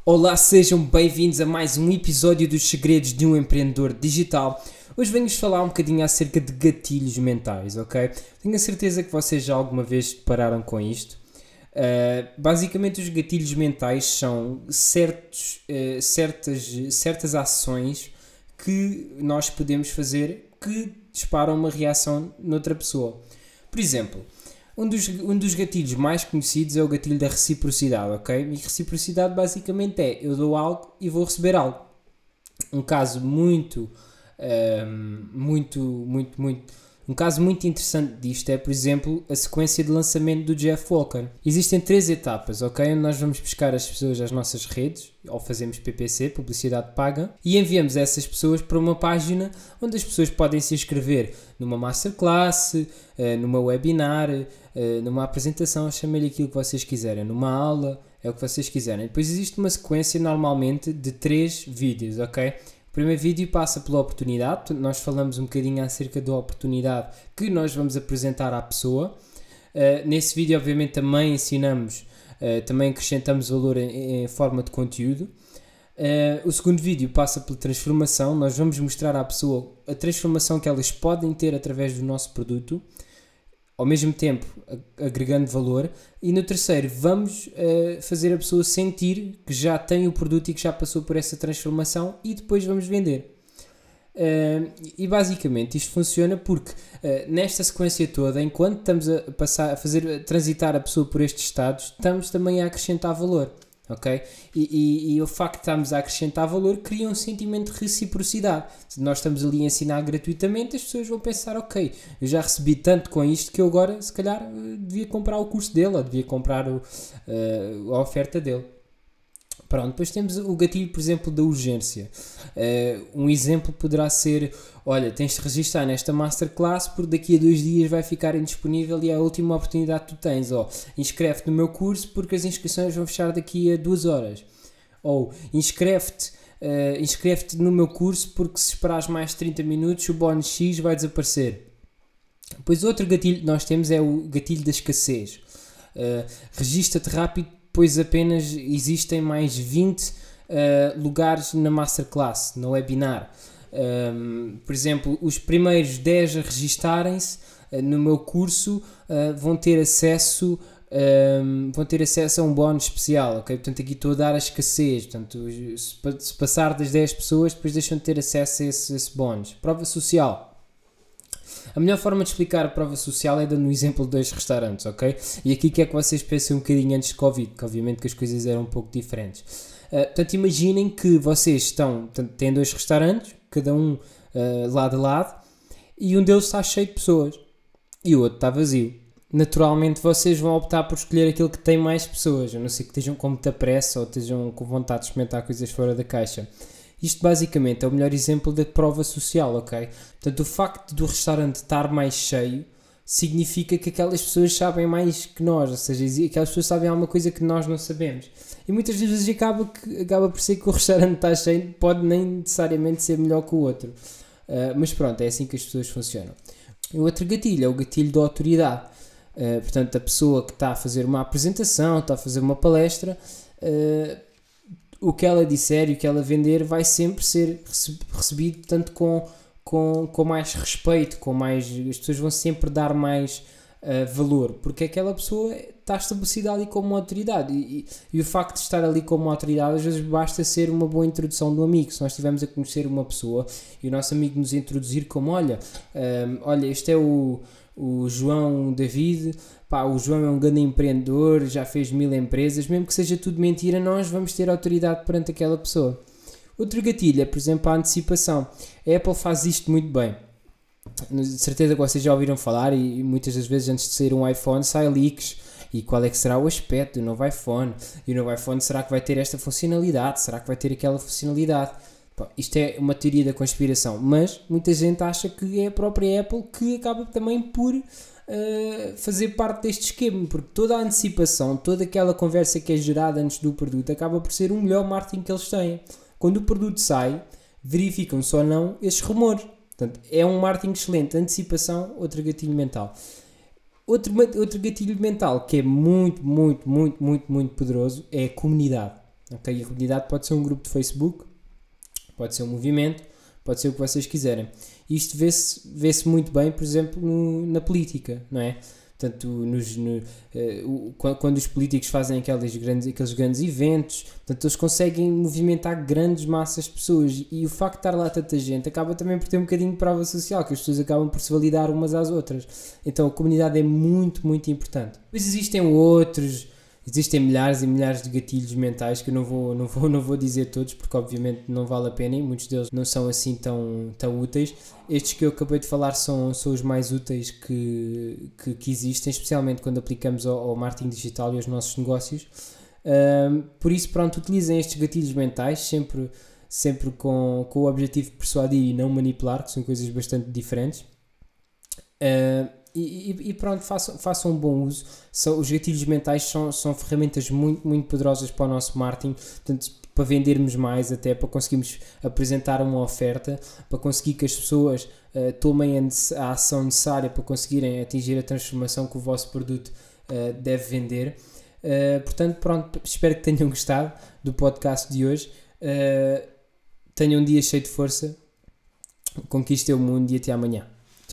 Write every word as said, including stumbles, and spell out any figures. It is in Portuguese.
Olá, sejam bem-vindos a mais um episódio dos Segredos de um Empreendedor Digital. Hoje venho-vos falar um bocadinho acerca de gatilhos mentais, ok? Tenho a certeza que vocês já alguma vez depararam com isto. Uh, basicamente, os gatilhos mentais são certos, uh, certas, certas ações que nós podemos fazer que disparam uma reação noutra pessoa. Por exemplo, Um dos, um dos gatilhos mais conhecidos é o gatilho da reciprocidade, ok? E reciprocidade basicamente é, eu dou algo e vou receber algo. Um caso muito, um, muito, muito, muito, um caso muito interessante disto é, por exemplo, a sequência de lançamento do Jeff Walker. Existem três etapas, ok? Onde nós vamos buscar as pessoas às nossas redes, ou fazemos P P C, publicidade paga, e enviamos essas pessoas para uma página onde as pessoas podem se inscrever numa masterclass, numa webinar, numa apresentação, chamem-lhe aquilo que vocês quiserem, numa aula, é o que vocês quiserem. Depois existe uma sequência normalmente de três vídeos, ok? O primeiro vídeo passa pela oportunidade, nós falamos um bocadinho acerca da oportunidade que nós vamos apresentar à pessoa. Uh, nesse vídeo, obviamente, também ensinamos, uh, também acrescentamos valor em, em forma de conteúdo. Uh, o segundo vídeo passa pela transformação, nós vamos mostrar à pessoa a transformação que elas podem ter através do nosso produto, ao mesmo tempo agregando valor. E no terceiro vamos uh, fazer a pessoa sentir que já tem o produto e que já passou por essa transformação, e depois vamos vender. Uh, e basicamente isto funciona porque uh, nesta sequência toda, enquanto estamos a, passar, a fazer a transitar a pessoa por estes estados, estamos também a acrescentar valor. Ok? E, e, e o facto de estarmos a acrescentar valor cria um sentimento de reciprocidade. Se nós estamos ali a ensinar gratuitamente, as pessoas vão pensar, ok, eu já recebi tanto com isto que eu agora se calhar devia comprar o curso dele, ou devia comprar o, uh, a oferta dele. Pronto, depois temos o gatilho, por exemplo, da urgência. Uh, um exemplo poderá ser, olha, tens de registrar nesta masterclass porque daqui a dois dias vai ficar indisponível e é a última oportunidade que tu tens. Ou inscreve-te no meu curso porque as inscrições vão fechar daqui a duas horas. Ou inscreve-te, uh, inscreve-te no meu curso porque se esperares mais trinta minutos o bónus X vai desaparecer. Depois outro gatilho que nós temos é o gatilho da escassez. Uh, Registra-te rápido, pois apenas existem mais vinte uh, lugares na masterclass, no webinar. Um, por exemplo, os primeiros dez a registarem-se uh, no meu curso uh, vão ter acesso um, vão ter acesso a um bónus especial, ok? Portanto, aqui estou a dar a escassez. Portanto, se, se passar das dez pessoas, depois deixam de ter acesso a esse, esse bónus. Prova social. A melhor forma de explicar a prova social é dando um exemplo de dois restaurantes, ok? E aqui que é que vocês pensam um bocadinho antes de Covid, que obviamente que as coisas eram um pouco diferentes. Uh, portanto, imaginem que vocês estão, portanto, têm dois restaurantes, cada um uh, lado a lado, e um deles está cheio de pessoas, e o outro está vazio. Naturalmente vocês vão optar por escolher aquele que tem mais pessoas, a não ser que estejam com muita pressa ou estejam com vontade de experimentar coisas fora da caixa. Isto basicamente é o melhor exemplo da prova social, ok? Portanto, o facto do restaurante estar mais cheio significa que aquelas pessoas sabem mais que nós, ou seja, aquelas pessoas sabem alguma coisa que nós não sabemos. E muitas vezes acaba, que, acaba por ser que o restaurante está cheio, pode nem necessariamente ser melhor que o outro. Uh, mas pronto, é assim que as pessoas funcionam. O outro gatilho é o gatilho da autoridade. Uh, portanto, a pessoa que está a fazer uma apresentação, está a fazer uma palestra, uh, o que ela disser e o que ela vender vai sempre ser recebido tanto com, com, com mais respeito, com mais, as pessoas vão sempre dar mais uh, valor, porque aquela pessoa está estabelecida ali como uma autoridade e, e, e o facto de estar ali como uma autoridade às vezes basta ser uma boa introdução do amigo. Se nós estivermos a conhecer uma pessoa e o nosso amigo nos introduzir como, olha, um, olha, este é o, o João David, pá, o João é um grande empreendedor, já fez mil empresas, mesmo que seja tudo mentira, nós vamos ter autoridade perante aquela pessoa. Outro gatilho é, por exemplo, a antecipação. A Apple faz isto muito bem. De certeza que vocês já ouviram falar e, e muitas das vezes antes de sair um iPhone sai leaks. E qual é que será o aspecto do novo iPhone? E o novo iPhone será que vai ter esta funcionalidade? Será que vai ter aquela funcionalidade? Bom, isto é uma teoria da conspiração, mas muita gente acha que é a própria Apple que acaba também por uh, fazer parte deste esquema, porque toda a antecipação, toda aquela conversa que é gerada antes do produto acaba por ser um melhor marketing que eles têm. Quando o produto sai, verificam-se ou não esses rumores. Portanto, é um marketing excelente. Antecipação, outro gatilho mental. Outro, outro gatilho mental que é muito, muito, muito, muito, muito poderoso é a comunidade. Okay? E a comunidade pode ser um grupo de Facebook, pode ser um movimento, pode ser o que vocês quiserem. Isto vê-se, vê-se muito bem, por exemplo, no, na política, não é? Portanto, nos, no, uh, quando os políticos fazem aqueles grandes, aqueles grandes eventos, portanto, eles conseguem movimentar grandes massas de pessoas, e o facto de estar lá tanta gente acaba também por ter um bocadinho de prova social, que as pessoas acabam por se validar umas às outras. Então a comunidade é muito, muito importante. Depois existem outros, existem milhares e milhares de gatilhos mentais que eu não vou, não vou, não vou dizer todos, porque obviamente não vale a pena e muitos deles não são assim tão, tão úteis. Estes que eu acabei de falar são, são os mais úteis que, que, que existem, especialmente quando aplicamos ao, ao marketing digital e aos nossos negócios. Um, por isso, pronto, utilizem estes gatilhos mentais sempre, sempre com, com o objetivo de persuadir e não manipular, que são coisas bastante diferentes. Uh, E, e, e pronto, façam, façam um bom uso. São, os gatilhos mentais são, são ferramentas muito, muito poderosas para o nosso marketing, portanto, para vendermos mais, até para conseguirmos apresentar uma oferta, para conseguir que as pessoas uh, tomem a, a ação necessária para conseguirem atingir a transformação que o vosso produto uh, deve vender. Uh, portanto, pronto, espero que tenham gostado do podcast de hoje. Uh, tenham um dia cheio de força, conquistem o mundo e até amanhã.